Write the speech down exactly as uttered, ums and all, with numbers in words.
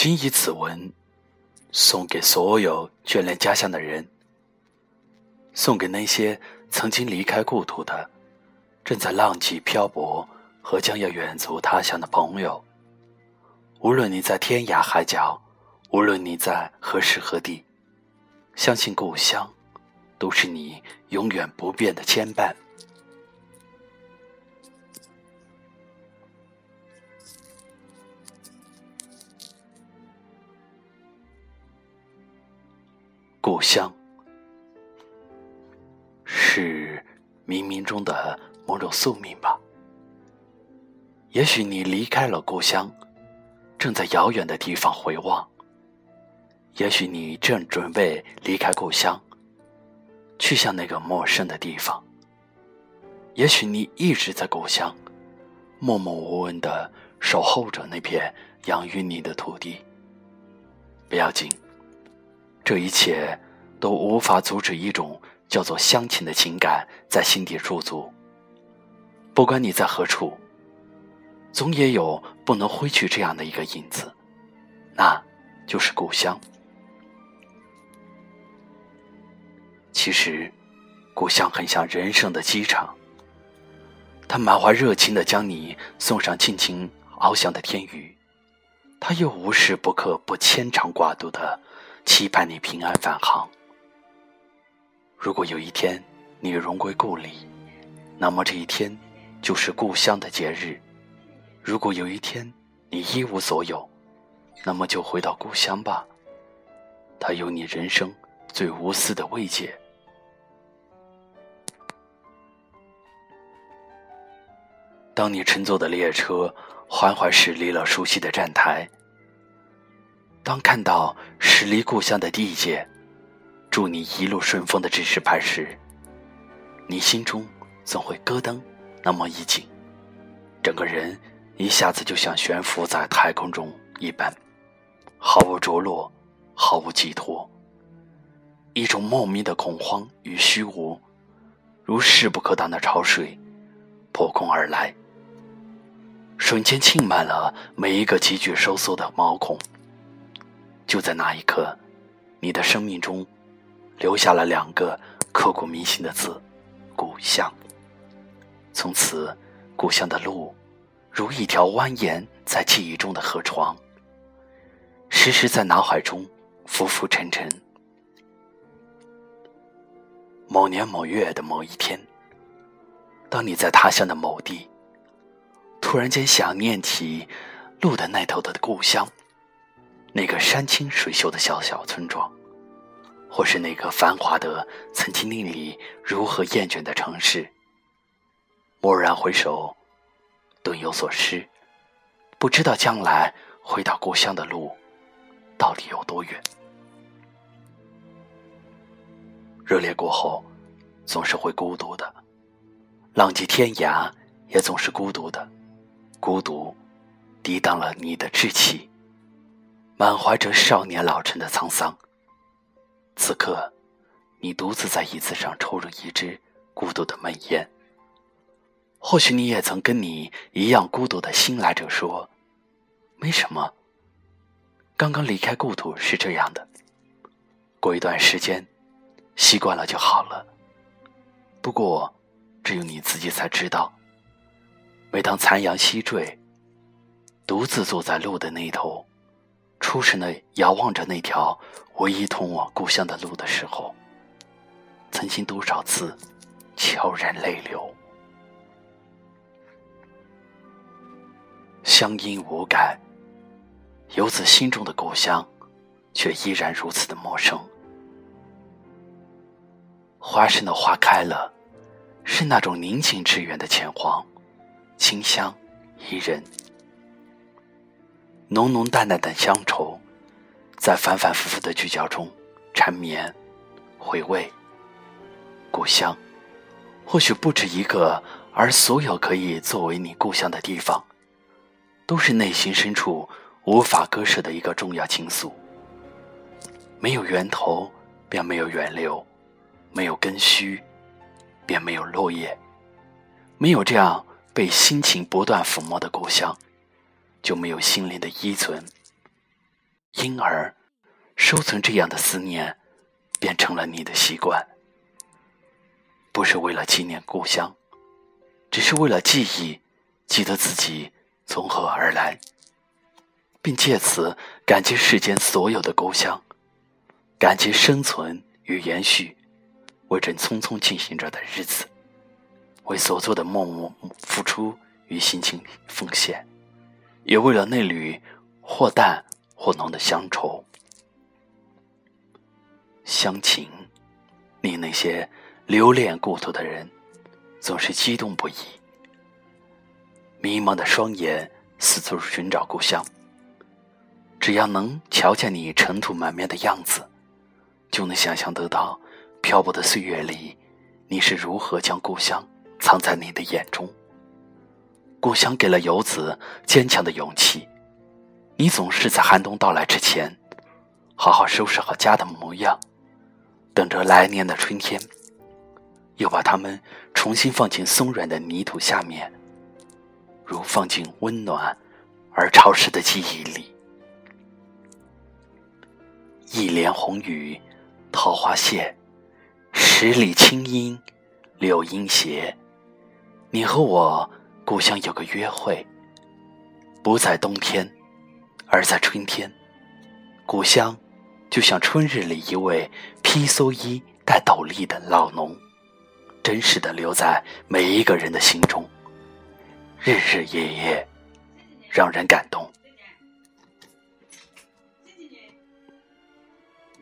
谨以此文送给所有眷恋家乡的人，送给那些曾经离开故土的，正在浪迹漂泊和将要远足他乡的朋友。无论你在天涯海角，无论你在何时何地，相信故乡都是你永远不变的牵绊。故乡是冥冥中的某种宿命吧。也许你离开了故乡，正在遥远的地方回望，也许你正准备离开故乡，去向那个陌生的地方，也许你一直在故乡，默默无闻地守候着那片养育你的土地。不要紧，这一切都无法阻止一种叫做乡情的情感在心底驻足。不管你在何处，总也有不能挥去这样的一个影子，那就是故乡。其实故乡很像人生的机场，它满怀热情地将你送上尽情翱翔的天宇，它又无时不刻不牵肠挂肚地期盼你平安返航。如果有一天你荣归故里，那么这一天就是故乡的节日。如果有一天你一无所有，那么就回到故乡吧，它有你人生最无私的慰藉。当你乘坐的列车缓缓驶离了熟悉的站台，当看到驶离故乡的地界祝你一路顺风的指示牌时，你心中总会咯噔那么一紧，整个人一下子就像悬浮在太空中一般，毫无着落，毫无寄托。一种莫名的恐慌与虚无，如势不可挡的潮水破空而来，瞬间浸满了每一个急剧收缩的毛孔。就在那一刻，你的生命中留下了两个刻骨铭心的字：故乡。从此，故乡的路如一条蜿蜒在记忆中的河床，时时在脑海中浮浮沉沉。某年某月的某一天，当你在他乡的某地突然间想念起路的那头的故乡，那个山清水秀的小小村庄，或是那个繁华的曾经令你如何厌倦的城市，蓦然回首，顿有所失，不知道将来回到故乡的路到底有多远。热烈过后总是会孤独的，浪迹天涯也总是孤独的，孤独抵挡了你的志气，满怀着少年老成的沧桑。此刻你独自在椅子上抽着一支孤独的闷烟，或许你也曾跟你一样孤独的新来者说，没什么，刚刚离开故土是这样的，过一段时间习惯了就好了。不过只有你自己才知道，每当残阳西坠，独自坐在路的那头，出神地遥望着那条唯一通往故乡的路的时候，曾经多少次悄然泪流。乡音无改，游子心中的故乡却依然如此的陌生。花生的花开了，是那种宁静致远的浅黄，清香宜人。浓浓淡淡的乡愁在反反复复的聚焦中缠绵回味。故乡或许不止一个，而所有可以作为你故乡的地方，都是内心深处无法割舍的一个重要情愫。没有源头便没有源流，没有根须便没有落叶，没有这样被心情不断抚摸的故乡，就没有心灵的依存。 因而收存这样的思念变成了你的习惯。不是为了纪念故乡，只是为了记忆，记得自己从何而来，并借此感激世间所有的故乡，感激生存与延续，为正匆匆进行着的日子，为所做的默默付出与辛勤奉献，也为了那缕或淡或浓的乡愁。乡情，令那些留恋故土的人总是激动不已，迷茫的双眼四处寻找故乡。只要能瞧见你尘土满面的样子，就能想象得到漂泊的岁月里，你是如何将故乡藏在你的眼中。故乡给了游子坚强的勇气，你总是在寒冬到来之前，好好收拾好家的模样，等着来年的春天，又把它们重新放进松软的泥土下面，如放进温暖而潮湿的记忆里。一帘红雨桃花谢，十里清音柳阴斜。你和我故乡有个约会，不在冬天，而在春天。故乡就像春日里一位披蓑衣戴斗笠的老农，真实地留在每一个人的心中，日日夜夜让人感动。